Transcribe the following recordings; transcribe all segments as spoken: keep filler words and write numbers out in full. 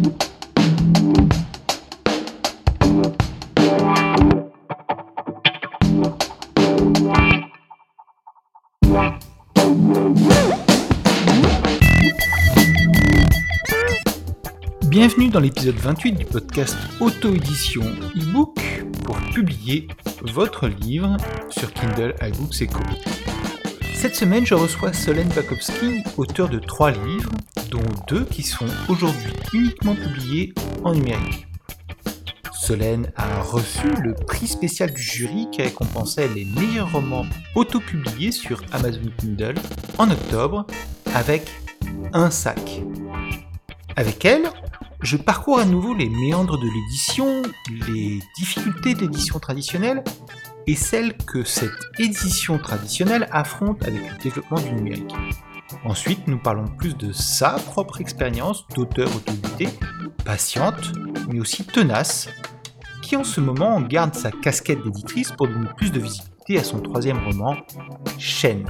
Bienvenue dans l'épisode vingt-huit du podcast Auto-édition e-book pour publier votre livre sur Kindle, iBooks et Co. Cette semaine, je reçois Solène Bakowski, auteure de trois livres, dont deux qui sont aujourd'hui uniquement publiés en numérique. Solène a reçu le prix spécial du jury qui récompensait les meilleurs romans auto-publiés sur Amazon Kindle en octobre avec Un sac. Avec elle, je parcours à nouveau les méandres de l'édition, les difficultés de l'édition traditionnelle et celles que cette édition traditionnelle affronte avec le développement du numérique. Ensuite, nous parlons plus de sa propre expérience d'auteur auto-édité, patiente, mais aussi tenace, qui en ce moment garde sa casquette d'éditrice pour donner plus de visibilité à son troisième roman, Chaîne.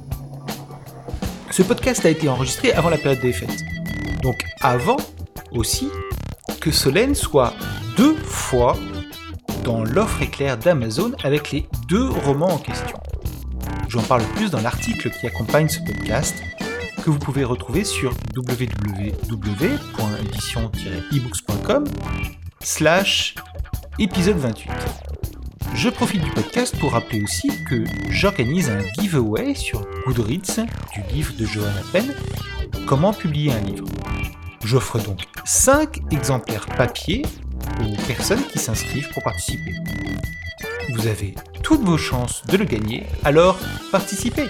Ce podcast a été enregistré avant la période des fêtes, donc avant aussi que Solène soit deux fois dans l'offre éclair d'Amazon avec les deux romans en question. J'en parle plus dans l'article qui accompagne ce podcast, que vous pouvez retrouver sur w w w point édition tiret e books point com slash épisode vingt-huit. Je profite du podcast pour rappeler aussi que j'organise un giveaway sur Goodreads du livre de Johanna Penn, Comment publier un livre. J'offre donc cinq exemplaires papier aux personnes qui s'inscrivent pour participer. Vous avez toutes vos chances de le gagner, alors participez!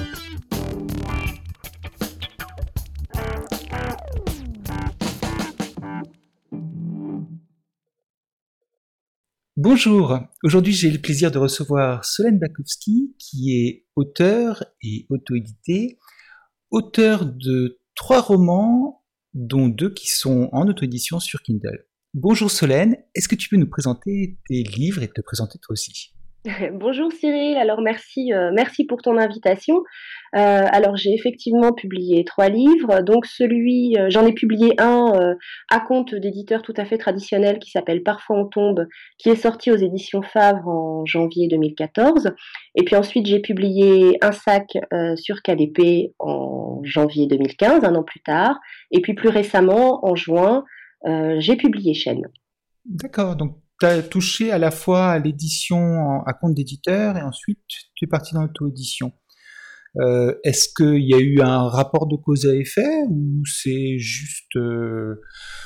Bonjour, aujourd'hui j'ai le plaisir de recevoir Solène Bakowski qui est auteure et auto-éditée, auteure de trois romans dont deux qui sont en auto-édition sur Kindle. Bonjour Solène, est-ce que tu peux nous présenter tes livres et te présenter toi aussi ? Bonjour Cyril, alors merci, euh, merci pour ton invitation. Euh, alors j'ai effectivement publié trois livres, donc celui, euh, j'en ai publié un euh, à compte d'éditeur tout à fait traditionnel qui s'appelle Parfois on tombe, qui est sorti aux éditions Favre en janvier deux mille quatorze, et puis ensuite j'ai publié Un sac euh, sur K D P en janvier deux mille quinze, un an plus tard, et puis plus récemment en juin, euh, j'ai publié Chaîne. D'accord, donc tu as touché à la fois à l'édition à compte d'éditeur et ensuite tu es parti dans l'auto-édition. Euh, est-ce qu'il y a eu un rapport de cause à effet ou c'est juste euh,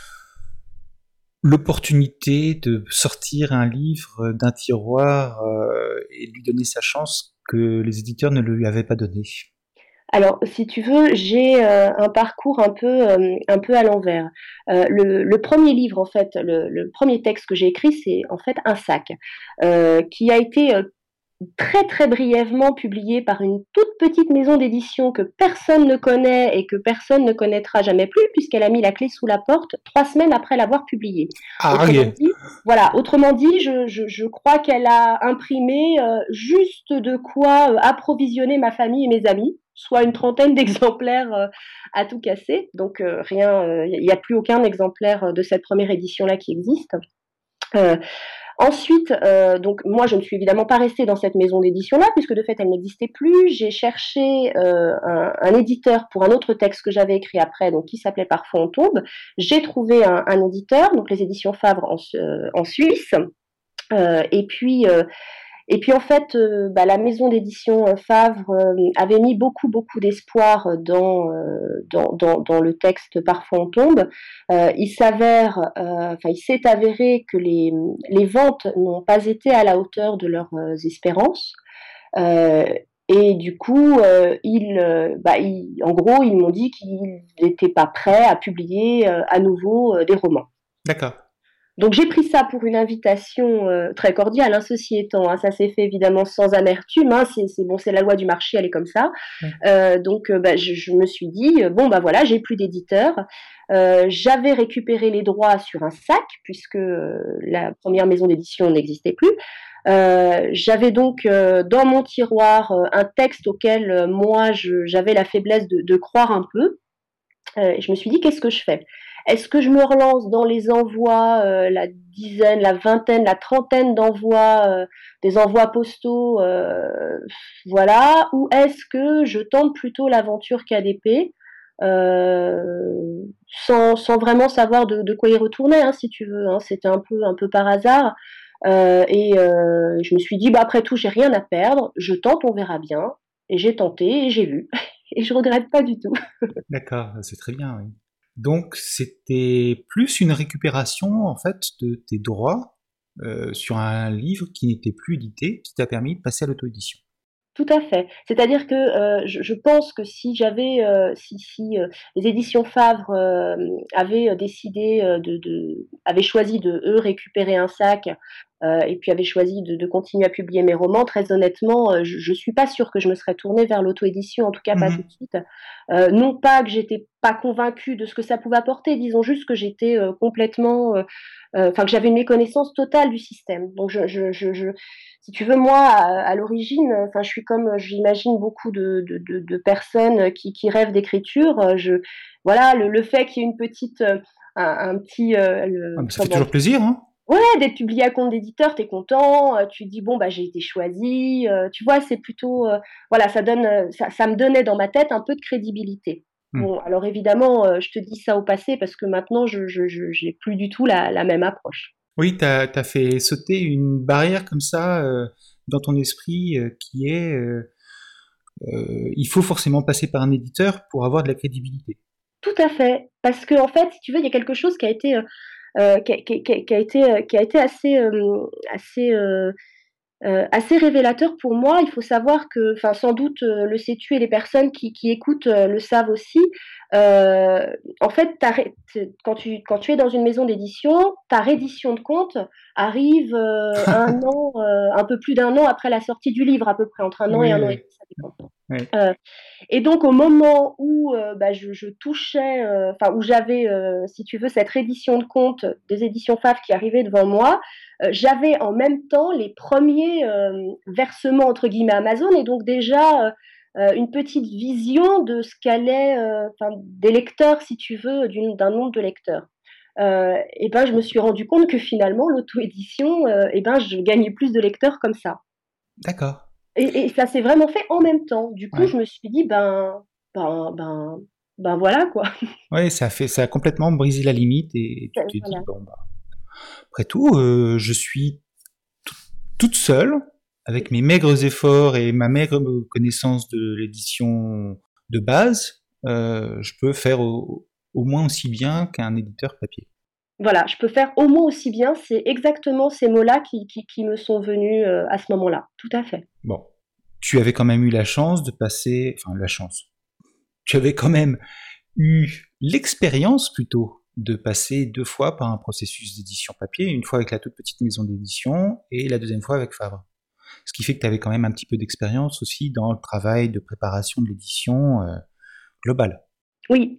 l'opportunité de sortir un livre d'un tiroir euh, et lui donner sa chance que les éditeurs ne lui avaient pas donné ? Alors, si tu veux, j'ai euh, un parcours un peu, euh, un peu à l'envers. Euh, le, le premier livre, en fait, le, le premier texte que j'ai écrit, c'est en fait Un sac, euh, qui a été euh, très très brièvement publié par une toute petite maison d'édition que personne ne connaît et que personne ne connaîtra jamais plus, puisqu'elle a mis la clé sous la porte trois semaines après l'avoir publié. Ah, autrement okay. dit, voilà, autrement dit, je, je, je crois qu'elle a imprimé euh, juste de quoi euh, approvisionner ma famille et mes amis, soit une trentaine d'exemplaires euh, à tout casser. Donc euh, rien, il euh, n'y a plus aucun exemplaire de cette première édition-là qui existe. Euh, Ensuite, euh, donc moi je ne suis évidemment pas restée dans cette maison d'édition-là, puisque de fait elle n'existait plus. J'ai cherché euh, un, un éditeur pour un autre texte que j'avais écrit après, donc qui s'appelait Parfois on tombe. J'ai trouvé un, un éditeur, donc les éditions Favre en, euh, en Suisse. Euh, et puis euh, Et puis en fait, euh, bah, la maison d'édition euh, Favre euh, avait mis beaucoup beaucoup d'espoir dans euh, dans, dans dans le texte Parfois on tombe. Euh, il s'avère, enfin euh, il s'est avéré que les les ventes n'ont pas été à la hauteur de leurs euh, espérances. Euh, et du coup, euh, ils, euh, bah, ils, en gros, ils m'ont dit qu'ils n'étaient pas prêts à publier euh, à nouveau euh, des romans. D'accord. Donc j'ai pris ça pour une invitation euh, très cordiale, hein, ceci étant, hein, ça s'est fait évidemment sans amertume, hein, c'est, c'est bon, c'est la loi du marché, elle est comme ça. Mmh. Euh, donc euh, bah, je, je me suis dit, bon bah voilà, j'ai plus d'éditeur. Euh, j'avais récupéré les droits sur un sac, puisque euh, la première maison d'édition n'existait plus. Euh, j'avais donc euh, dans mon tiroir euh, un texte auquel euh, moi je, j'avais la faiblesse de, de croire un peu. Euh, je me suis dit, qu'est-ce que je fais ? Est-ce que je me relance dans les envois, euh, la dizaine, la vingtaine, la trentaine d'envois, euh, des envois postaux, euh, voilà, ou est-ce que je tente plutôt l'aventure K D P, euh, sans, sans vraiment savoir de, de quoi y retourner, hein, si tu veux, hein, c'était un peu, un peu par hasard. Euh, et euh, je me suis dit, bah, après tout, j'ai rien à perdre, je tente, on verra bien. Et j'ai tenté et j'ai vu. Et je regrette pas du tout. D'accord, c'est très bien, oui. Donc, c'était plus une récupération, en fait, de tes droits euh, sur un livre qui n'était plus édité, qui t'a permis de passer à l'auto-édition. Tout à fait. C'est-à-dire que euh, je, je pense que si j'avais, euh, si, si euh, les éditions Favre euh, avaient décidé euh, de, de, avaient choisi de eux récupérer un sac euh, et puis avaient choisi de, de continuer à publier mes romans, très honnêtement, euh, je, je suis pas sûre que je me serais tournée vers l'auto-édition, en tout cas pas tout Mhm. de suite. Euh, non pas que j'étais pas convaincue de ce que ça pouvait apporter, disons juste que j'étais euh, complètement, euh, euh, enfin que j'avais une méconnaissance totale du système. Donc je, je, je, je si tu veux, moi, à, à l'origine, enfin, je suis comme, j'imagine beaucoup de, de, de, de personnes qui, qui rêvent d'écriture. Je, voilà, le, le fait qu'il y ait une petite, un, un petit, euh, Ah, le, mais ça fait comment, toujours plaisir, hein? ouais, d'être publié à compte d'éditeur, t'es content. euh, Tu te dis bon, bah, j'ai été choisi. euh, Tu vois, c'est plutôt, euh, voilà, ça donne, euh, ça, ça me donnait dans ma tête un peu de crédibilité. Hmm. Bon, alors évidemment, euh, je te dis ça au passé parce que maintenant, je, je, je, j'ai plus du tout la, la même approche. Oui, t'as, t'as fait sauter une barrière comme ça euh, dans ton esprit euh, qui est euh, euh, il faut forcément passer par un éditeur pour avoir de la crédibilité. Tout à fait, parce que en fait, si tu veux, il y a quelque chose qui a été euh, euh, qui, a, qui, qui, qui a été euh, qui a été assez euh, assez euh, euh, assez révélateur pour moi. Il faut savoir que, enfin, sans doute euh, le sais-tu et les personnes qui, qui écoutent euh, le savent aussi. Euh, en fait, quand tu quand tu es dans une maison d'édition, ta reddition de compte arrive euh, un an, euh, un peu plus d'un an après la sortie du livre, à peu près entre un an et Oui, un an et oui, demi, ça dépend. oui. Euh, et donc au moment où euh, bah, je, je, touchais, enfin euh, où j'avais, euh, si tu veux, cette reddition de compte des éditions F A F qui arrivait devant moi, euh, j'avais en même temps les premiers euh, versements entre guillemets Amazon et donc déjà euh, une petite vision de ce qu'allait, euh, des lecteurs, si tu veux, d'un nombre de lecteurs. Euh, et ben je me suis rendu compte que finalement l'auto-édition, euh, et ben je gagnais plus de lecteurs comme ça. D'accord. Et, et ça s'est vraiment fait en même temps. Du coup, Ouais. je me suis dit, ben, ben, ben, ben voilà quoi. Ouais, ça a fait, ça a complètement brisé la limite et tu te dis Voilà. bon bah après tout, euh, je suis tout- toute seule avec mes maigres efforts et ma maigre connaissance de l'édition de base, euh, je peux faire au, au moins aussi bien qu'un éditeur papier. Voilà, je peux faire au moins aussi bien. C'est exactement ces mots-là qui, qui, qui me sont venus euh, à ce moment-là. Tout à fait. Bon, tu avais quand même eu la chance de passer, enfin la chance. Tu avais quand même eu l'expérience plutôt de passer deux fois par un processus d'édition papier, une fois avec la toute petite maison d'édition et la deuxième fois avec Favre. Ce qui fait que tu avais quand même un petit peu d'expérience aussi dans le travail de préparation de l'édition euh, globale. Oui.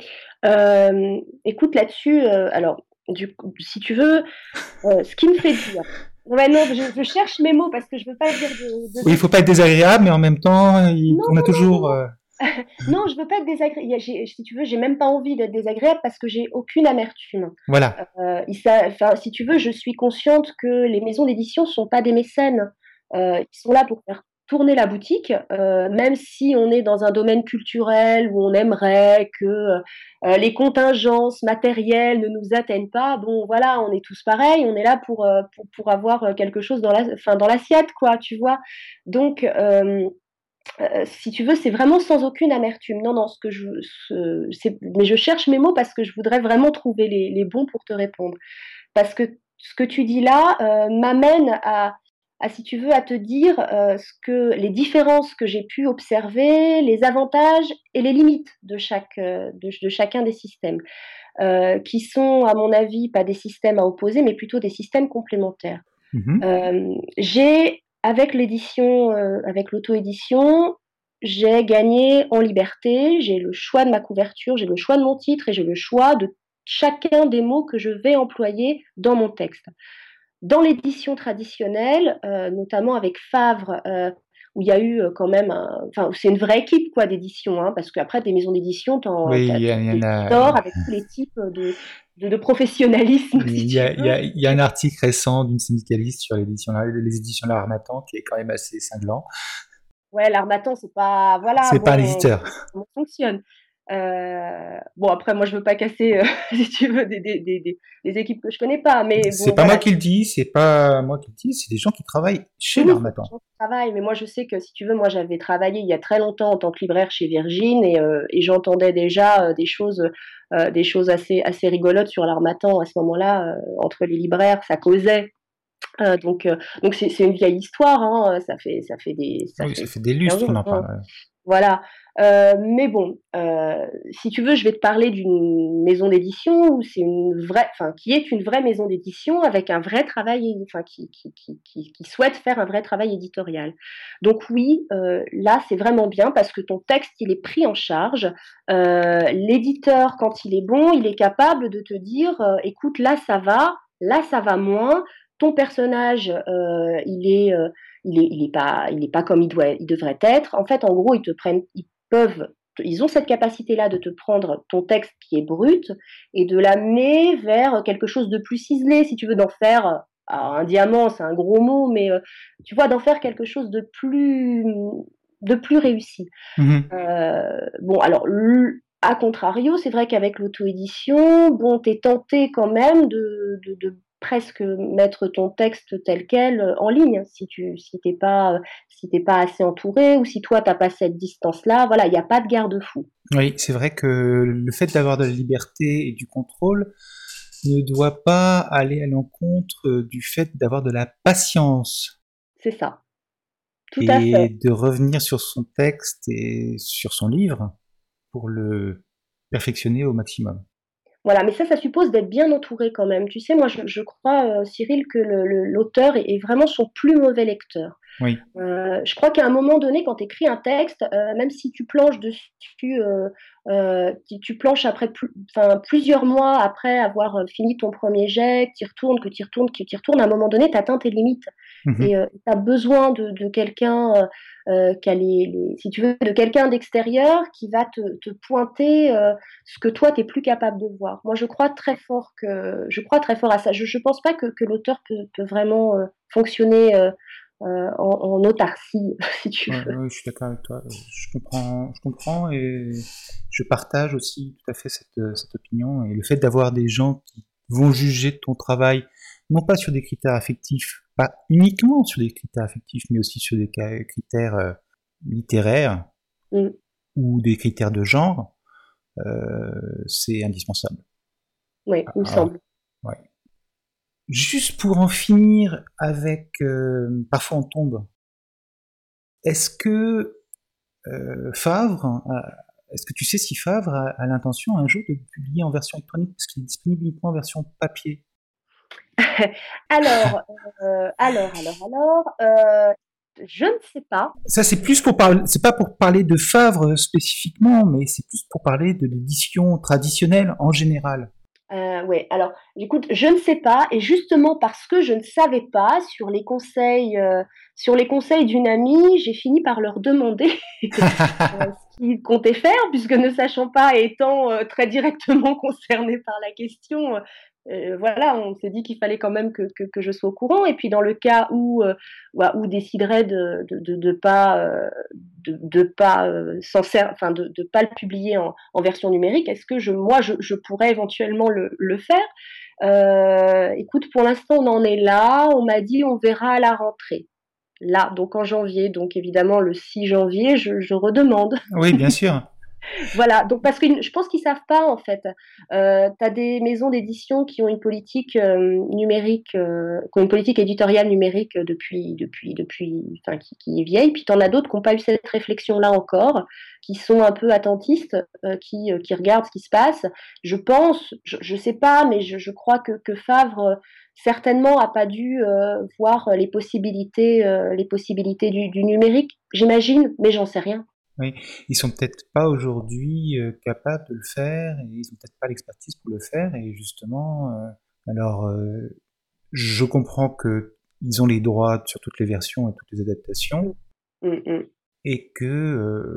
Euh, écoute là-dessus, euh, alors, du, si tu veux, euh, ce qui me fait dire. Ouais, non, je, je, cherche mes mots parce que je veux pas dire de. de Oui, il faut pas être désagréable, mais en même temps, il, non, on a non, non, toujours. non. Euh... non, je veux pas être désagréable. Si tu veux, j'ai même pas envie d'être désagréable parce que j'ai aucune amertume. Voilà. Euh, ça, si tu veux, je suis consciente que les maisons d'édition sont pas des mécènes. Euh, ils sont là pour faire tourner la boutique, euh, même si on est dans un domaine culturel où on aimerait que euh, les contingences matérielles ne nous atteignent pas. Bon, voilà, on est tous pareils. On est là pour euh, pour, pour avoir quelque chose dans la, enfin dans l'assiette, quoi. Tu vois. Donc euh, Euh, si tu veux, c'est vraiment sans aucune amertume. Non, non, ce que je, ce, c'est, mais je cherche mes mots parce que je voudrais vraiment trouver les, les bons pour te répondre. Parce que ce que tu dis là euh, m'amène à, à, si tu veux, à te dire euh, ce que les différences que j'ai pu observer, les avantages et les limites de chaque, euh, de, de chacun des systèmes, euh, qui sont, à mon avis, pas des systèmes à opposer, mais plutôt des systèmes complémentaires. Mm-hmm. Euh, j'ai avec l'édition, euh, avec l'auto-édition, j'ai gagné en liberté, j'ai le choix de ma couverture, j'ai le choix de mon titre et j'ai le choix de chacun des mots que je vais employer dans mon texte. Dans l'édition traditionnelle, euh, notamment avec Favre, euh, où il y a eu quand même, un, enfin c'est une vraie équipe quoi d'édition, hein, parce qu'après des maisons d'édition, t'en, Oui, t'as, il y, t'as y des en a. stores avec tous les types de, de, de professionnalisme, Il si y tu a, il y veux. a, il y a un article récent d'une syndicaliste sur l'édition, les éditions L'Harmattan qui est quand même assez cinglant. Ouais, l'Harmattan, c'est pas, voilà, C'est pas un bon, on éditeur. sait comment ça fonctionne. Euh, bon, après, moi, je veux pas casser, euh, si tu veux, des, des, des, des, des équipes que je connais pas, mais C'est bon, pas moi voilà. qui le dis, c'est pas moi qui le dis, c'est des gens qui travaillent chez Oui, oui, c'est des l'Harmattan. gens qui travaillent, mais moi, je sais que, si tu veux, moi, j'avais travaillé il y a très longtemps en tant que libraire chez Virgin et, euh, et j'entendais déjà euh, des choses, euh, des choses assez, assez rigolotes sur l'Harmattan à ce moment-là, euh, entre les libraires, ça causait. Euh, donc, euh, donc c'est, c'est une vieille histoire, hein, ça fait, ça fait des, ça Oui, ça fait fait des quinze lustres qu'on ans, en hein. parle. Voilà. Euh, mais bon, euh, si tu veux, je vais te parler d'une maison d'édition où c'est une vraie, enfin, qui est une vraie maison d'édition avec un vrai travail, enfin, qui, qui, qui, qui, qui souhaite faire un vrai travail éditorial. Donc oui, euh, là, c'est vraiment bien parce que ton texte, il est pris en charge. Euh, l'éditeur, quand il est bon, il est capable de te dire, euh, écoute, là, ça va, là, ça va moins. Ton personnage, euh, il est, euh, il est, il est pas, il est pas comme il doit, il devrait être. En fait, en gros, ils te prennent, ils peuvent, ils ont cette capacité-là de te prendre ton texte qui est brut et de l'amener vers quelque chose de plus ciselé, si tu veux, d'en faire alors, un diamant, c'est un gros mot, mais euh, tu vois, d'en faire quelque chose de plus, de plus réussi. Mhm. Euh, bon, alors, à contrario, c'est vrai qu'avec l'auto-édition, bon, t'es tenté quand même de, de, de presque mettre ton texte tel quel en ligne, si tu si t'es pas si t'es pas assez entouré ou si toi t'as pas cette distance-là, voilà, il n'y a pas de garde-fou. Oui, c'est vrai que le fait d'avoir de la liberté et du contrôle ne doit pas aller à l'encontre du fait d'avoir de la patience C'est ça, tout à fait. et de revenir sur son texte et sur son livre pour le perfectionner au maximum. Voilà, mais ça, ça suppose d'être bien entouré quand même. Tu sais, moi, je, je crois, euh, Cyril, que le, le, l'auteur est, est vraiment son plus mauvais lecteur. Oui. Euh, je crois qu'à un moment donné, quand tu écris un texte, euh, même si tu planches dessus, euh, euh, tu, tu planches après plus, enfin, plusieurs mois après avoir fini ton premier jet, que tu y retournes, que tu y retournes, que tu y retournes, à un moment donné, tu atteins tes limites. Mhm. Et euh, tu as besoin de, de quelqu'un, euh, euh, qui a les, les- si tu veux, de quelqu'un d'extérieur qui va te, te pointer euh, ce que toi, tu n'es plus capable de voir. Moi, je crois très fort que, je crois très fort à ça. Je ne pense pas que, que l'auteur peut, peut vraiment euh, fonctionner euh, euh, en, en autarcie, si tu Ouais, veux. ouais, je suis d'accord avec toi. Je comprends, je comprends et je partage aussi tout à fait cette, cette opinion. Et le fait d'avoir des gens qui vont juger de ton travail, non pas sur des critères affectifs, pas uniquement sur des critères affectifs, mais aussi sur des critères euh, littéraires Mm. ou des critères de genre, euh, c'est indispensable. Oui, il me Alors, semble. ouais. Juste pour en finir avec, euh, parfois on tombe. Est-ce que euh, Favre, euh, est-ce que tu sais si Favre a, a l'intention un jour de le publier en version électronique parce qu'il est disponible uniquement en version papier? Alors, euh, alors, alors, alors, euh, je ne sais pas. Ça, c'est plus pour parler, c'est pas pour parler de Favre spécifiquement, mais c'est plus pour parler de l'édition traditionnelle en général. Euh, ouais, alors, écoute, je ne sais pas, et justement parce que je ne savais pas, sur les conseils, euh, sur les conseils d'une amie, j'ai fini par leur demander euh, ce qu'ils comptaient faire, puisque ne sachant pas et étant euh, très directement concernée par la question, euh, voilà, on s'est dit qu'il fallait quand même que, que, que, je sois au courant. Et puis dans le cas où, euh, où déciderait de de, de, de pas euh, de, de pas euh, s'en ser- enfin de, de pas le publier en, en version numérique, est-ce que je, moi je, je pourrais éventuellement le, le faire? Euh, écoute, pour l'instant on en est là. On m'a dit on verra à la rentrée. Là, donc en janvier, donc évidemment le six janvier, je, je redemande. Oui, bien sûr. Voilà, donc parce que je pense qu'ils savent pas en fait. Euh, tu as des maisons d'édition qui ont une politique euh, numérique, euh, qui ont une politique éditoriale numérique depuis, depuis, depuis, enfin qui, qui est vieille. Puis tu en as d'autres qui n'ont pas eu cette réflexion-là encore, qui sont un peu attentistes, euh, qui, euh, qui regardent ce qui se passe. Je pense, je, je sais pas, mais je, je crois que, que Favre euh, certainement a pas dû euh, voir les possibilités, euh, les possibilités du, du numérique. J'imagine, mais j'en sais rien. Oui, ils sont peut-être pas aujourd'hui euh, capables de le faire et ils ont peut-être pas l'expertise pour le faire et justement, euh, alors euh, je comprends que ils ont les droits sur toutes les versions et toutes les adaptations Mm, mm, mm. et que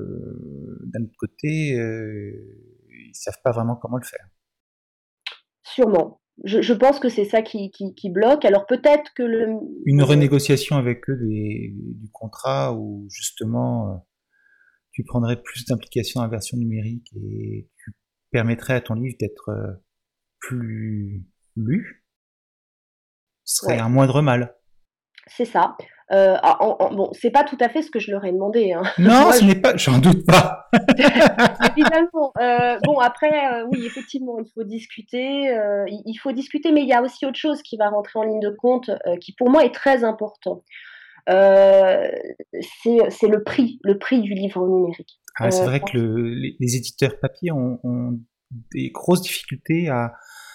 euh, d'un autre côté, euh, ils savent pas vraiment comment le faire. Sûrement. Je, je pense que c'est ça qui, qui, qui bloque. Alors peut-être que le... Une renégociation avec eux des, du contrat où justement euh, tu prendrais plus d'implications dans la version numérique et tu permettrais à ton livre d'être euh, plus lu, ce serait Ouais, un moindre mal. c'est ça. Euh, en, en, bon, c'est pas tout à fait ce que je leur ai demandé. Hein. Non, Moi, ce je... n'est pas, j'en doute pas. Évidemment. Euh, bon, après, euh, oui, effectivement, il faut discuter. Euh, il, il faut discuter, mais il y a aussi autre chose qui va rentrer en ligne de compte, euh, qui pour moi est très important. Euh, c'est, c'est le prix, le prix du livre numérique. Ah, c'est Euh, vrai que le, les, les éditeurs papier ont, ont des grosses difficultés à,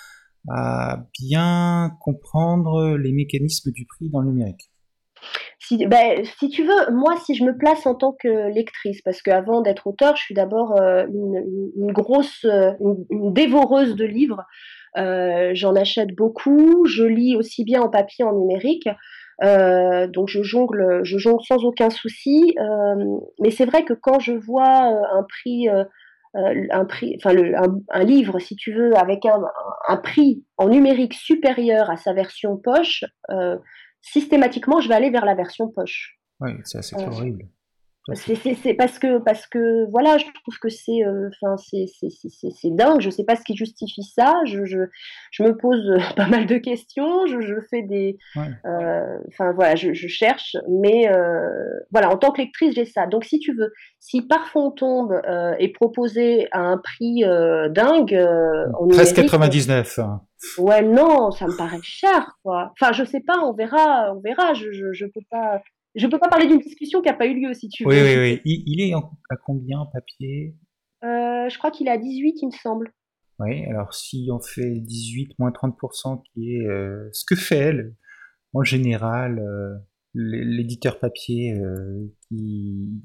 à bien comprendre les mécanismes du prix dans le numérique. Si, ben, si tu veux, moi, si je me place en tant que lectrice, parce qu'avant d'être auteur, je suis d'abord euh, une, une, grosse, euh, une, une dévoreuse de livres. Euh, j'en achète beaucoup, je lis aussi bien en papier en numérique. Euh, donc je jongle, je jongle sans aucun souci. Euh, mais c'est vrai que quand je vois un prix, euh, un prix, enfin le, un, un livre, si tu veux, avec un, un prix en numérique supérieur à sa version poche, euh, systématiquement, je vais aller vers la version poche. Oui, c'est, c'est Euh, horrible. c'est, c'est, c'est parce que parce que voilà, je trouve que c'est enfin euh, c'est, c'est, c'est, c'est dingue. Je sais pas ce qui justifie ça. Je, je, je me pose pas mal de questions. Je, je fais des enfin euh, voilà, je, je cherche, mais euh, voilà, en tant que lectrice, j'ai ça. Donc si tu veux, si Parfond tombe euh, est proposé à un prix euh, dingue euh, en treize numérique, quatre-vingt-dix-neuf. ouais non, ça me paraît cher quoi. Enfin je sais pas, on verra, on verra. Je je, je peux pas. Je peux pas parler d'une discussion qui n'a pas eu lieu, si tu Oui, veux. oui, oui. Il, il est en, à combien en papier? Euh, je crois qu'il est à dix-huit, il me semble. Oui, alors si on fait dix-huit moins trente pour cent qui est euh, ce que fait, le, en général, euh, l'éditeur papier euh, qui...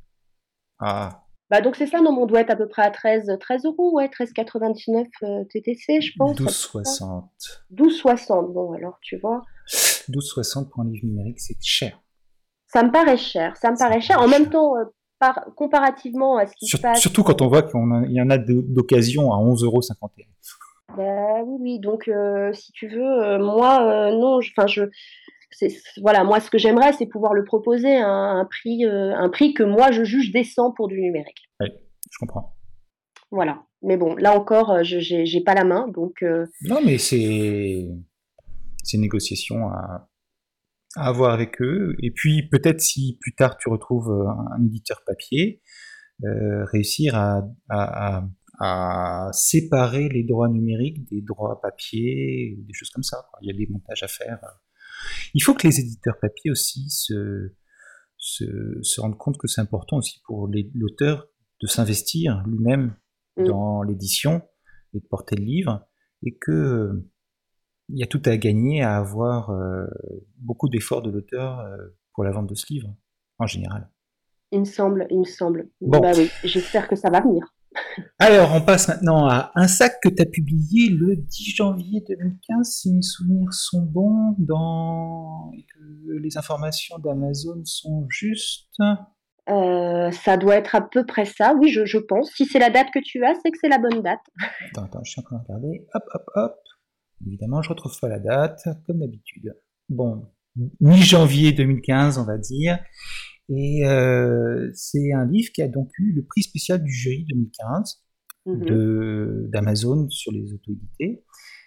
Ah, Bah donc c'est ça, non, on doit être à peu près à treize, treize euros, ouais, treize quatre-vingt-dix-neuf euh, T T C, je pense. douze soixante. douze soixante, bon alors tu vois. douze soixante pour un livre numérique, c'est cher. Ça me paraît cher, ça me Ça paraît cher. En cher. même temps, euh, par, comparativement à ce qui Sur, se passe. Surtout quand on voit qu'il y en a d'occasion à onze euros cinquante et un. Bah oui, oui, donc euh, si tu veux, euh, moi, euh, non, enfin je, c'est, voilà, moi ce que j'aimerais, c'est pouvoir le proposer à un, un prix, euh, un prix que moi je juge décent pour du numérique. Oui, je comprends. Voilà. Mais bon, là encore, je j'ai, j'ai pas la main, donc. Euh... Non, mais c'est c'est une négociation à, à avoir avec eux. Et puis peut-être si plus tard tu retrouves un, un éditeur papier, euh, réussir à, à, à, à séparer les droits numériques des droits papier ou des choses comme ça, quoi. Il y a des montages à faire. Il faut que les éditeurs papier aussi se, se, se rendent compte que c'est important aussi pour les, l'auteur de s'investir lui-même dans mmh. l'édition et de porter le livre, et que euh, il y a tout à gagner à avoir euh, beaucoup d'efforts de l'auteur euh, pour la vente de ce livre, en général. Il me semble, il me semble. Bon. Bah oui, j'espère que ça va venir. Alors, on passe maintenant à un sac que tu as publié le dix janvier deux mille quinze, si mes souvenirs sont bons, dans... et que les informations d'Amazon sont justes. Euh, ça doit être à peu près ça, oui, je, je pense. Si c'est la date que tu as, c'est que c'est la bonne date. Attends, attends, je suis en train de regarder. Hop, hop, hop. Évidemment, je retrouve pas la date, comme d'habitude. Bon, mi-janvier deux mille quinze, on va dire. Et euh, c'est un livre qui a donc eu le prix spécial du jury deux mille quinze mm-hmm. de, d'Amazon sur les auto-édités.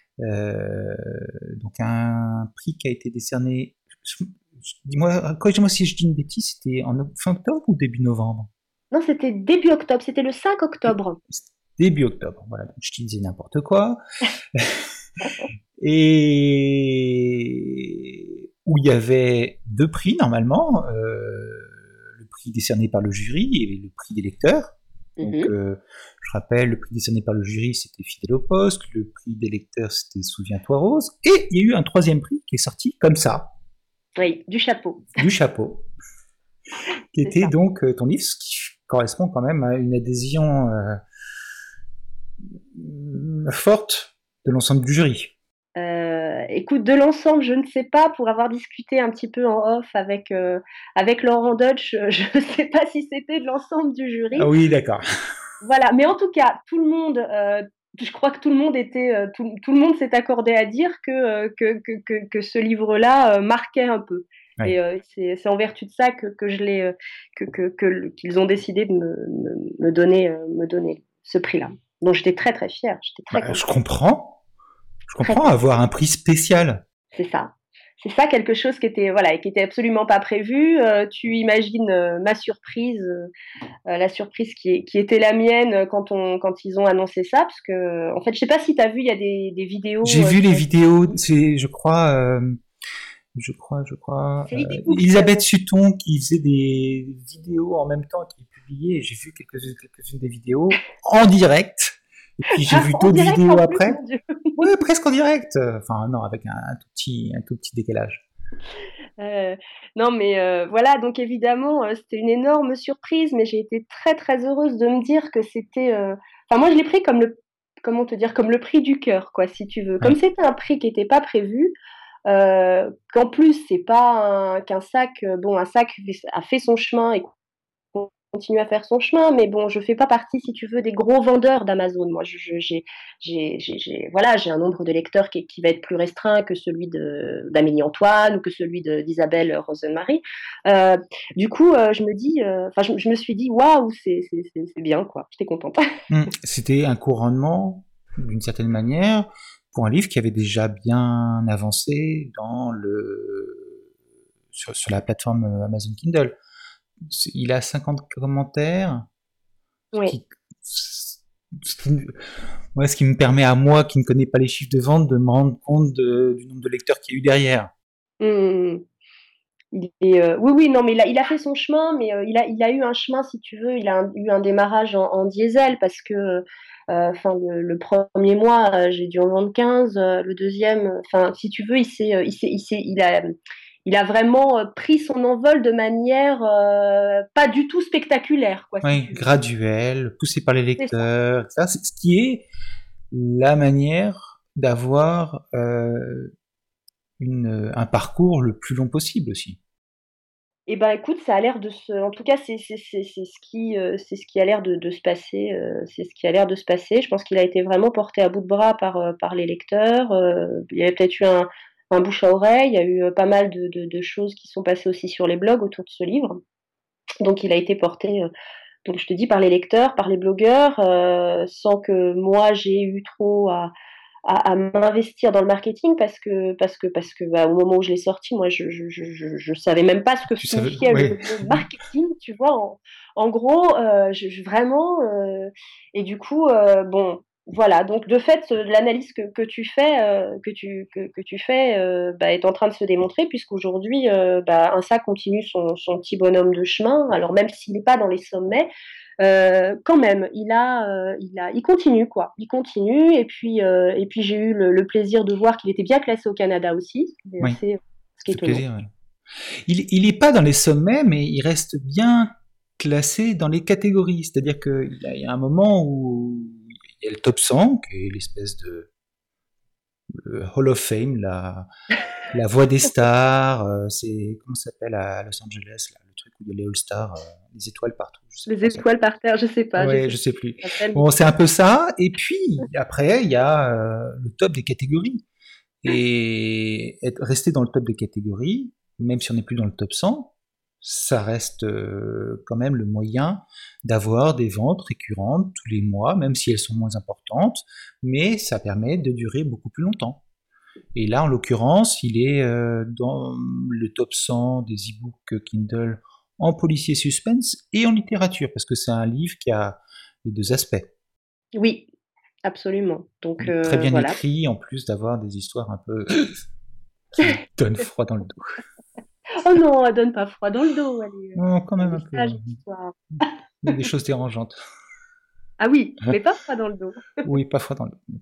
Euh, donc un prix qui a été décerné... Dis-moi, corrige-moi si je dis une bêtise, c'était en fin octobre ou début novembre? Non, c'était début octobre, c'était le cinq octobre. Début octobre, voilà, donc je te disais n'importe quoi. Et où il y avait deux prix normalement, euh, le prix décerné par le jury et le prix des lecteurs. Donc, mm-hmm. euh, je rappelle, le prix décerné par le jury, c'était Fidèle au poste, le prix des lecteurs, c'était Souviens-toi Rose, et il y a eu un troisième prix qui est sorti comme ça. Oui, du chapeau. Du chapeau. Qui était ça. Donc euh, ton livre, ce qui correspond quand même à une adhésion euh, forte de l'ensemble du jury. Euh, écoute, de l'ensemble, je ne sais pas, pour avoir discuté un petit peu en off avec, euh, avec Laurent Deutsch, je ne sais pas si c'était de l'ensemble du jury. Ah oui, d'accord. Voilà, mais en tout cas, tout le monde, euh, je crois que tout le monde était, euh, tout, tout le monde s'est accordé à dire que, euh, que, que, que, que ce livre-là euh, marquait un peu. Ouais. Et euh, c'est, c'est en vertu de ça que, que je l'ai, euh, que, que, que, qu'ils ont décidé de me, me, me donner, euh, me donner ce prix-là. Donc j'étais très très fière, j'étais très Bah, contente. je comprends. Je Très comprends avoir un prix spécial. C'est ça. C'est ça, quelque chose qui était, voilà, qui était absolument pas prévu. Euh, tu imagines euh, ma surprise, euh, la surprise qui, est, qui était la mienne quand, on, quand ils ont annoncé ça, parce que, en fait, je sais pas si tu as vu, il y a des, des vidéos. J'ai euh, vu les sur- vidéos, c'est, je crois, euh, je crois, je crois, C'est euh, Lydie Cook, Elisabeth Sutton qui faisait des vidéos en même temps, qui publiait, et j'ai vu quelques, quelques-unes des vidéos en direct. Et puis j'ai Ah, vu en d'autres direct, vidéos en plus, après. mon Dieu. Ouais, presque en direct. Enfin, non, avec un, un tout petit, un tout petit décalage. Euh, non, mais euh, voilà, donc évidemment, euh, c'était une énorme surprise, mais j'ai été très très heureuse de me dire que c'était. euh, Enfin, moi, je l'ai pris comme le, comment te dire, comme le prix du cœur, quoi, si tu veux. Comme Ouais. c'était un prix qui n'était pas prévu, euh, qu'en plus c'est pas un- qu'un sac, euh, bon, un sac a fait son chemin et continue à faire son chemin, mais bon, je fais pas partie, si tu veux, des gros vendeurs d'Amazon. Moi, je, je- j'ai, j'ai, j'ai, j'ai- voilà, j'ai un nombre de lecteurs qui, qui va être plus restreint que celui de, d'Amélie Antoine ou que celui de, d'Isabelle Rosenmarie. Euh, du coup, euh, je me dis, euh, enfin, je, je me suis dit, waouh, c'est, c'est, c'est, c'est bien, quoi. J'étais contente. Hum, C'était un couronnement, d'une certaine manière, pour un livre qui avait déjà bien avancé dans le, sur, sur la plateforme Amazon Kindle. C'est- Il a cinquante commentaires, ce Oui. qui, ce qui, ouais, ce qui me permet à moi, qui ne connais pas les chiffres de vente, de me rendre compte de- du nombre de lecteurs qu'il y a eu derrière. Hum. Il est, euh, oui, oui, non, mais il a, il a fait son chemin, mais euh, il a, il a eu un chemin, si tu veux, il a un- eu un démarrage en, en diesel parce que, euh, enfin, le, le premier mois, euh, j'ai dû en vendre quinze, euh, le deuxième, enfin, si tu veux, il s'est, euh, il s'est, il s'est, il a, il a vraiment euh, pris son envol de manière euh, pas du tout spectaculaire, quoi, si Oui, tu veux. graduel, poussé par les C'est ça. lecteurs, et cetera. C'est ce qui est la manière d'avoir euh, une, un parcours le plus long possible aussi. Eh ben, écoute, ça a l'air de se, en tout cas, c'est c'est c'est c'est ce qui euh, c'est ce qui a l'air de, de se passer. euh, c'est ce qui a l'air de se passer. Je pense qu'il a été vraiment porté à bout de bras par euh, par les lecteurs. Euh, il y avait peut-être eu un un bouche à oreille. Il y a eu euh, pas mal de, de de choses qui sont passées aussi sur les blogs autour de ce livre. Donc, il a été porté, euh, donc je te dis, par les lecteurs, par les blogueurs, euh, sans que moi j'ai eu trop à à, à m'investir dans le marketing parce que parce que parce que bah, au moment où je l'ai sorti, moi je je, je je je savais même pas ce que Tu savais, signifiait le ouais. mot marketing, tu vois. En, en gros, euh, je, je- vraiment euh, et du coup euh, bon voilà, donc de fait euh, l'analyse que, que tu fais euh, que tu que, que tu fais euh, bah, est en train de se démontrer puisqu'aujourd'hui euh, bah, un sac continue son, son petit bonhomme de chemin, alors même s'il n'est pas dans les sommets. Euh, quand même, il a, euh, il a, il continue quoi. Il continue et puis euh, et puis j'ai eu le, le plaisir de voir qu'il était bien classé au Canada aussi, ce qui est Oui, assez, ce qui est ça fait étonnant. plaisir. Ouais. Il, il est pas dans les sommets, mais il reste bien classé dans les catégories. C'est-à-dire qu'il y, a- il y a un moment où il y a le top cent, qui est l'espèce de le Hall of Fame, la, la voix des stars. euh, c'est comment ça s'appelle à Los Angeles, là, le truc où il y a les All-Stars, euh, les étoiles partout. Je sais Les pas ça. étoiles par terre, je sais pas, je Ouais, sais je pas sais plus. comment ça s'appelle. Bon, c'est un peu ça. Et puis après, il y a euh, le top des catégories. Et être, rester dans le top des catégories, même si on n'est plus dans le top cent, ça reste euh, quand même le moyen d'avoir des ventes récurrentes tous les mois, même si elles sont moins importantes, mais ça permet de durer beaucoup plus longtemps. Et là, en l'occurrence, il est euh, dans le top cent des e-books Kindle en policier suspense et en littérature, parce que c'est un livre qui a les deux aspects. Oui, absolument. Donc Il est très euh, bien voilà. écrit, en plus d'avoir des histoires un peu qui donnent froid dans le dos. Oh non, elle donne pas froid dans le dos, elle est, Oh, quand même elle un est peu. sage l'histoire. Il y a des choses dérangeantes. Ah oui, mais pas froid dans le dos. Oui, pas froid dans le dos.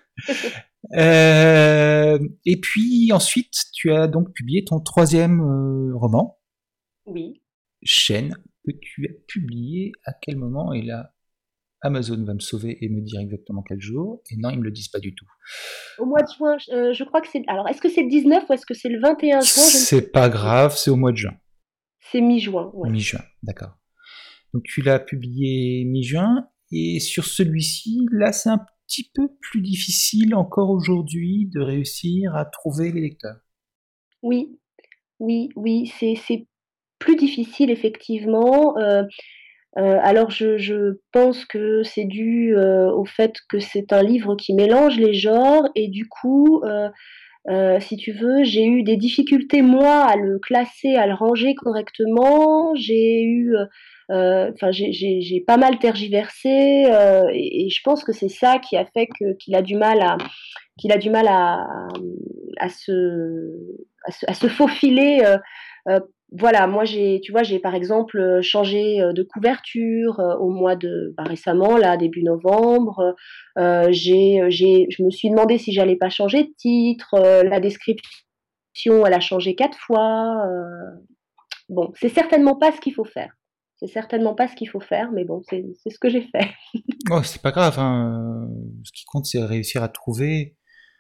Euh, et puis ensuite, tu as donc publié ton troisième euh, roman, Oui. Chêne, que tu as publié à quel moment? Et là, Amazon va me sauver et me dire exactement quel jour. Et non, ils me le disent pas du tout. Au mois de juin, euh, je crois que c'est. Alors, est-ce que c'est le dix-neuf ou est-ce que c'est le vingt et un juin? Je ne sais C'est pas grave, c'est au mois de juin. C'est mi-juin, ouais. Mi-juin, d'accord. Donc tu l'as publié mi-juin. Et sur celui-ci, là, c'est un petit peu plus difficile encore aujourd'hui de réussir à trouver les lecteurs. Oui, oui, oui, c'est, c'est plus difficile effectivement. Euh, euh, alors je, je pense que c'est dû euh, au fait que c'est un livre qui mélange les genres et du coup, euh, euh, si tu veux, j'ai eu des difficultés moi à le classer, à le ranger correctement. J'ai eu, euh, enfin j'ai, j'ai, j'ai pas mal tergiversé euh, et, et je pense que c'est ça qui a fait que qu'il a du mal à qu'il a du mal à, à, se, à, se, à se faufiler. Euh, euh, voilà, moi j'ai, tu vois, j'ai par exemple changé de couverture euh, au mois de, bah, récemment, là, début novembre. Euh, j'ai, j'ai, je me suis demandé si j'allais pas changer de titre. Euh, la description, elle a changé quatre fois. Euh, bon, c'est certainement pas ce qu'il faut faire. C'est certainement pas ce qu'il faut faire, mais bon, c'est, c'est ce que j'ai fait. Oh, c'est pas grave, hein. Ce qui compte, c'est réussir à trouver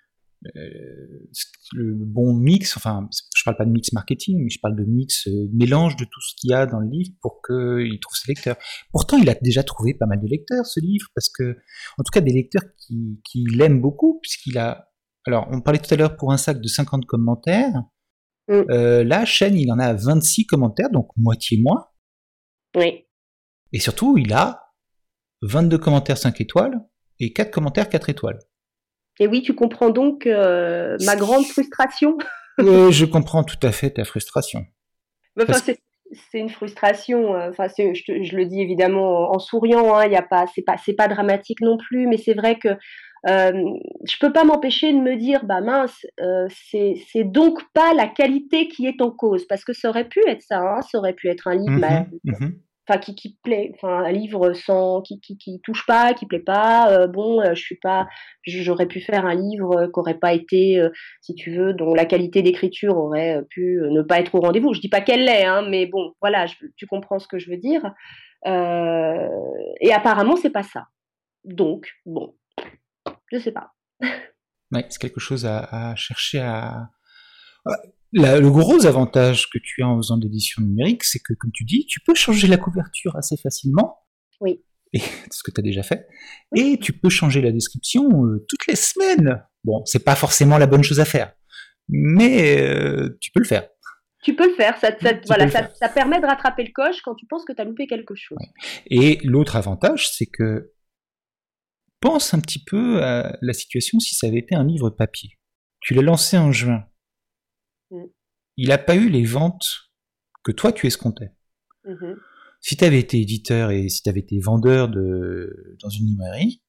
euh, le bon mix. Enfin, je parle pas de mix marketing, mais je parle de mix euh, mélange de tout ce qu'il y a dans le livre pour qu'il trouve ses lecteurs. Pourtant, il a déjà trouvé pas mal de lecteurs, ce livre, parce que, en tout cas, des lecteurs qui, qui l'aiment beaucoup, puisqu'il a. Alors, on parlait tout à l'heure pour un sac de cinquante commentaires. Mm. Euh, là, Shane, il en a vingt-six commentaires, donc moitié moins. Oui. Et surtout, il a vingt-deux commentaires cinq étoiles et quatre commentaires quatre étoiles. Et oui, tu comprends donc euh, ma grande frustration. euh, je comprends tout à fait ta frustration. Enfin, c'est, c'est une frustration. Enfin, c'est, je, te, je le dis évidemment en, en souriant. Hein, y a pas, c'est pas, c'est pas dramatique non plus. Mais c'est vrai que euh, je peux pas m'empêcher de me dire, bah mince, euh, c'est, c'est donc pas la qualité qui est en cause, parce que ça aurait pu être ça. Hein, ça aurait pu être un livre. Mmh, Mal, mmh. Enfin, qui, qui plaît, enfin, un livre sans, qui, qui, qui touche pas, qui plaît pas. Euh, bon, euh, je suis pas, j'aurais pu faire un livre euh, qui aurait pas été, euh, si tu veux, dont la qualité d'écriture aurait euh, pu euh, ne pas être au rendez-vous. Je dis pas qu'elle l'est, hein, mais bon, voilà, je, tu comprends ce que je veux dire. Euh, et apparemment, c'est pas ça. Donc, bon, je sais pas. Ouais, c'est quelque chose à, à chercher à. La, le gros avantage que tu as en faisant de l'édition numérique, c'est que, comme tu dis, tu peux changer la couverture assez facilement. Oui. Et ce que tu as déjà fait. Et tu peux changer la description euh, toutes les semaines. Bon, c'est pas forcément la bonne chose à faire, mais euh, tu peux le faire. Tu peux le faire. Ça, ça, voilà, le ça, faire. ça permet de rattraper le coche quand tu penses que tu as loupé quelque chose. Ouais. Et l'autre avantage, c'est que pense un petit peu à la situation si ça avait été un livre papier. Tu l'as lancé en juin. Mm. Il n'a pas eu les ventes que toi tu escomptais. Mm-hmm. Si tu avais été éditeur et si tu avais été vendeur de, dans une librairie,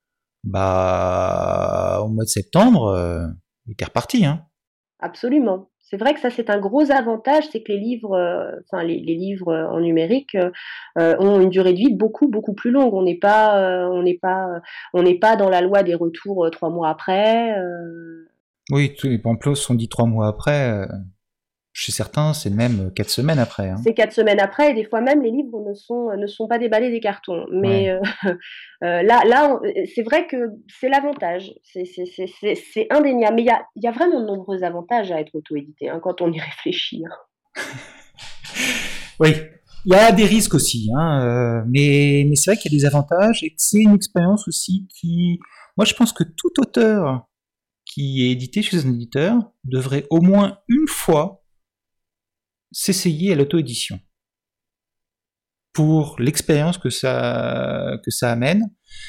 bah au mois de septembre, euh, il était reparti. Hein. Absolument. C'est vrai que ça, c'est un gros avantage, c'est que les livres, euh, enfin les, les livres en numérique euh, ont une durée de vie beaucoup beaucoup plus longue. On n'est pas, euh, on n'est pas, on n'est pas dans la loi des retours euh, trois mois après. Euh... Oui, tous les pamplos sont dit trois mois après. Euh, chez certains, c'est même quatre semaines après. Hein. C'est quatre semaines après, et des fois même les livres ne sont ne sont pas déballés des cartons. Mais ouais. euh, euh, là, là, on, c'est vrai que c'est l'avantage, c'est c'est c'est c'est, c'est indéniable. Mais il y a il y a vraiment de nombreux avantages à être auto-édité hein, quand on y réfléchit. Hein. Oui. Il y a des risques aussi, hein, euh, mais, mais c'est vrai qu'il y a des avantages et que c'est une expérience aussi qui... Moi, je pense que tout auteur qui est édité chez un éditeur devrait au moins une fois s'essayer à l'auto-édition pour l'expérience que ça, que ça amène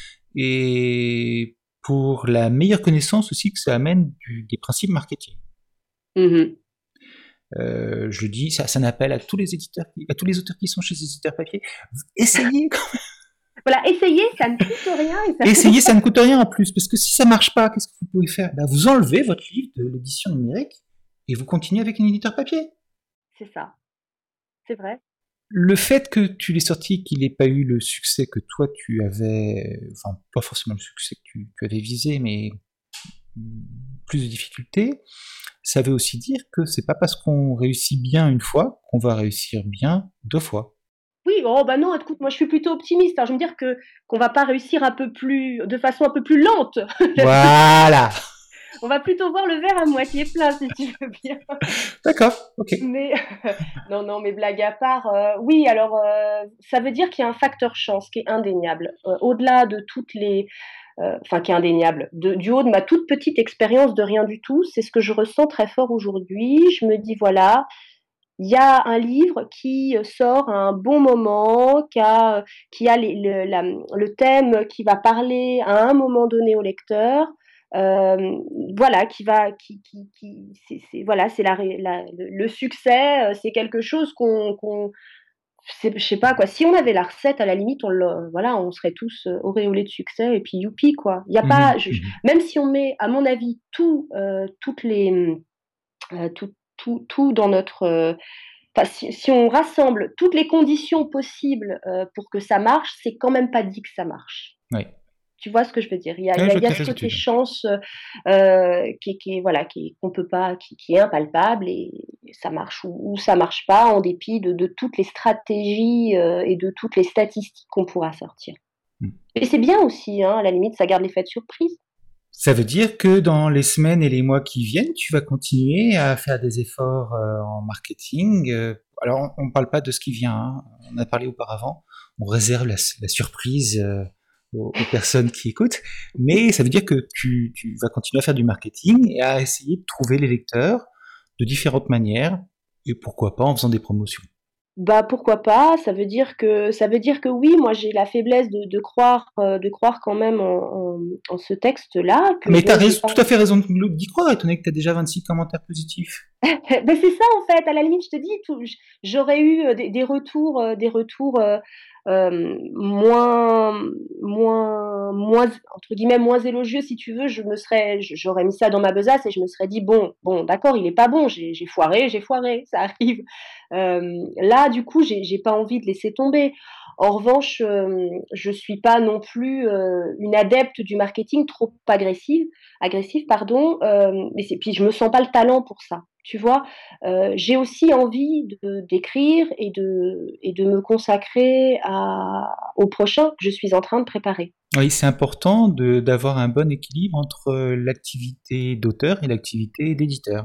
et pour la meilleure connaissance aussi que ça amène du, des principes marketing. Mm-hmm. Euh, je dis, ça, ça n'appelle à tous les éditeurs, à tous les auteurs qui sont chez les éditeurs papier, essayez quand même. Voilà, essayez, ça ne coûte rien. Et ça essayez, ça ne coûte rien en plus, parce que si ça marche pas, qu'est-ce que vous pouvez faire? Ben, vous enlevez votre livre de l'édition numérique et vous continuez avec un éditeur papier. C'est ça, c'est vrai. Le fait que tu l'aies sorti, qu'il n'ait pas eu le succès que toi tu avais, enfin pas forcément le succès que tu, tu avais visé, mais plus de difficultés, ça veut aussi dire que c'est pas parce qu'on réussit bien une fois qu'on va réussir bien deux fois. Oui, oh bah non, écoute, moi je suis plutôt optimiste. Hein, je veux dire que qu'on va pas réussir un peu plus, de façon un peu plus lente. Voilà. On va plutôt voir le verre à moitié plein, si tu veux bien. D'accord, ok. Mais non, non, mais blague à part, euh, oui, alors euh, ça veut dire qu'il y a un facteur chance qui est indéniable. Euh, au-delà de toutes les euh, enfin qui est indéniable. De, du haut de ma toute petite expérience de rien du tout, c'est ce que je ressens très fort aujourd'hui. Je me dis, voilà, il y a un livre qui sort à un bon moment, qui a, qui a les, le, la, le thème qui va parler à un moment donné au lecteur. Euh, voilà, qui va, qui, qui, qui c'est, c'est, voilà, c'est la, la, le succès, c'est quelque chose qu'on, qu'on c'est, je sais pas quoi. Si on avait la recette, à la limite, on le, voilà, on serait tous auréolés de succès et puis youpi quoi. Il y a pas, je, Mmh. même si on met, à mon avis, tout, euh, toutes les, euh, tout, tout, tout dans notre euh, Enfin, si, si on rassemble toutes les conditions possibles euh, pour que ça marche, c'est quand même pas dit que ça marche. Oui. Tu vois ce que je veux dire? Il y a, Ouais, il y je a, vois il y a tout à fait ce ce que tu côté veux dire. chance euh, qui, qui est voilà, qui qu'on peut pas, qui, qui est impalpable et ça marche ou, ou ça marche pas en dépit de, de toutes les stratégies euh, et de toutes les statistiques qu'on pourra sortir. Mmh. Et c'est bien aussi, hein, à la limite, ça garde l'effet de surprise. Ça veut dire que dans les semaines et les mois qui viennent, tu vas continuer à faire des efforts euh, en marketing. Euh, alors, on ne parle pas de ce qui vient, hein. On a parlé auparavant. On réserve la, la surprise euh, aux, aux personnes qui écoutent. Mais ça veut dire que tu, tu vas continuer à faire du marketing et à essayer de trouver les lecteurs de différentes manières. Et pourquoi pas en faisant des promotions. Bah pourquoi pas, ça veut dire que ça veut dire que oui, moi j'ai la faiblesse de, de croire euh, de croire quand même en, en, en ce texte-là que Mais tu as bon j'ai pas. tout à fait raison d'y croire, étant donné que tu as déjà vingt-six commentaires positifs. Ben c'est ça en fait, à la limite je te dis tout, j'aurais eu euh, des, des retours euh, des retours euh, euh, moins moins moins entre guillemets moins élogieux si tu veux, je me serais j'aurais mis ça dans ma besace et je me serais dit bon bon d'accord, il est pas bon, j'ai j'ai foiré, j'ai foiré, ça arrive. Euh, là du coup, j'ai j'ai pas envie de laisser tomber. En revanche, euh, je suis pas non plus euh, une adepte du marketing trop agressive, agressive pardon, euh, mais c'est puis je me sens pas le talent pour ça. Tu vois, euh, j'ai aussi envie de, d'écrire et de, et de me consacrer à, au prochain que je suis en train de préparer. Oui, c'est important de, d'avoir un bon équilibre entre l'activité d'auteur et l'activité d'éditeur,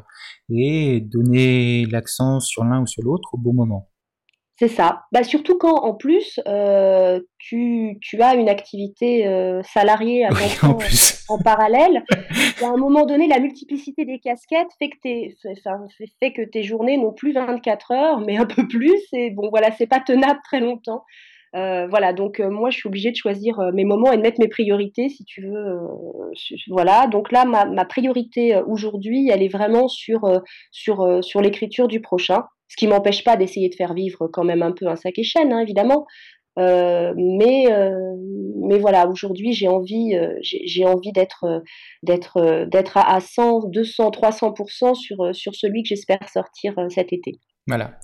et donner l'accent sur l'un ou sur l'autre au bon moment. C'est ça. Bah, surtout quand, en plus, euh, tu, tu as une activité euh, salariée à temps Oui, en plein plus. en parallèle. Et à un moment donné, la multiplicité des casquettes fait que, tes, enfin, fait, fait que tes journées n'ont plus vingt-quatre heures, mais un peu plus. Et bon, voilà, c'est pas tenable très longtemps. Euh, voilà, donc euh, moi je suis obligée de choisir euh, mes moments et de mettre mes priorités, si tu veux. Euh, su- voilà, donc là ma, ma priorité euh, aujourd'hui, elle est vraiment sur euh, sur euh, sur l'écriture du prochain, ce qui m'empêche pas d'essayer de faire vivre quand même un peu un sac et chaîne, hein, évidemment. Euh, mais euh, mais voilà, aujourd'hui j'ai envie euh, j'ai, j'ai envie d'être euh, d'être euh, d'être à, à cent, deux cents, trois cents pour cent sur euh, sur celui que j'espère sortir euh, cet été. Voilà.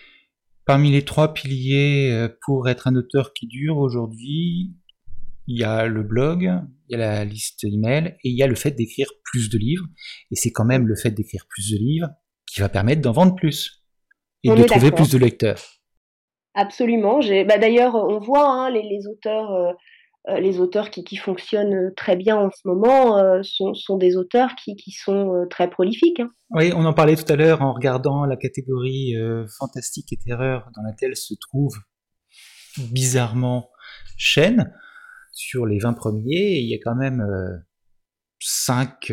Parmi les trois piliers pour être un auteur qui dure aujourd'hui, il y a le blog, il y a la liste email, et il y a le fait d'écrire plus de livres. Et c'est quand même le fait d'écrire plus de livres qui va permettre d'en vendre plus et On de est trouver d'accord. plus de lecteurs. Absolument. J'ai, bah d'ailleurs, on voit hein, les, les auteurs, euh, euh, les auteurs qui, qui fonctionnent très bien en ce moment euh, sont, sont des auteurs qui, qui sont euh, très prolifiques. Hein. Oui, on en parlait tout à l'heure en regardant la catégorie euh, fantastique et terreur dans laquelle se trouve bizarrement Chêne. Sur les vingt premiers, il y a quand même euh, cinq,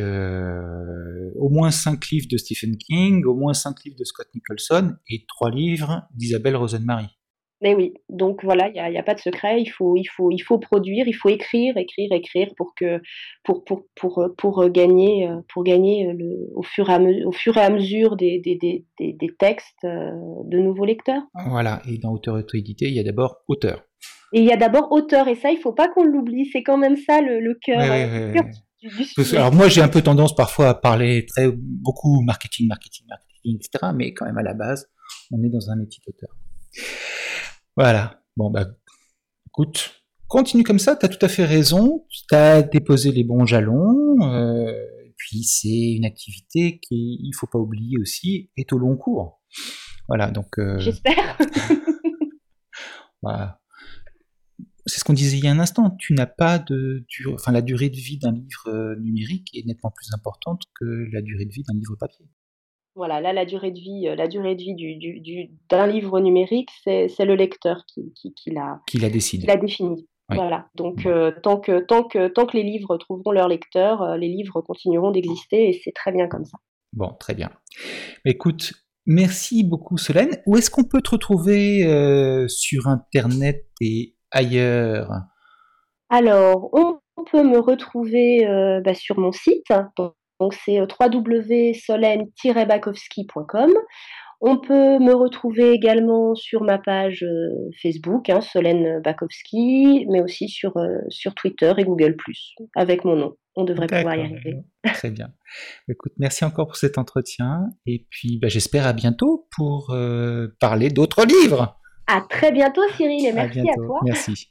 euh, au moins cinq livres de Stephen King, au moins cinq livres de Scott Nicholson et trois livres d'Isabelle Rosenmarie. Mais oui, donc voilà, il n'y a, y a pas de secret, il faut, il, faut, il faut produire, il faut écrire, écrire, écrire pour, que, pour, pour, pour, pour gagner, pour gagner le, au, fur et à me, au fur et à mesure des, des, des, des, des textes euh, de nouveaux lecteurs. Voilà, et dans auteur auto-édité, il y a d'abord auteur. Et il y a d'abord auteur, et ça, il ne faut pas qu'on l'oublie, c'est quand même ça le, le cœur, Ouais, ouais, euh, ouais. du, du Parce, sujet. alors moi, j'ai un peu tendance parfois à parler très beaucoup marketing, marketing, marketing, et cetera. Mais quand même, à la base, on est dans un métier d'auteur. Voilà. Bon, bah, écoute, continue comme ça, tu as tout à fait raison, tu as déposé les bons jalons, euh, et puis c'est une activité qui, il faut pas oublier aussi, est au long cours. Voilà, donc... Euh, J'espère. Voilà. C'est ce qu'on disait il y a un instant, tu n'as pas de... Dur... Enfin, la durée de vie d'un livre euh, numérique est nettement plus importante que la durée de vie d'un livre papier. Voilà, là, la durée de vie, la durée de vie du, du, du, d'un livre numérique, c'est, c'est le lecteur qui, qui, qui, l'a, Qui la décide. qui l'a défini. Oui. Voilà. Donc, euh, tant, que, tant, que, tant que les livres trouveront leur lecteur, euh, les livres continueront d'exister et c'est très bien comme ça. Bon, très bien. Écoute, merci beaucoup Solène. Où est-ce qu'on peut te retrouver euh, sur Internet et ailleurs ? Alors, on peut me retrouver euh, bah, sur mon site. Donc, donc c'est w w w point solène tiret bakowski point com. On peut me retrouver également sur ma page euh, Facebook, hein, Solène Bakowski, mais aussi sur, euh, sur Twitter et Google plus, avec mon nom. On devrait D'accord. pouvoir y arriver. Très bien. Écoute, merci encore pour cet entretien. Et puis, bah, j'espère à bientôt pour euh, parler d'autres livres. À très bientôt, Cyril, et merci à, bientôt. à toi. Merci.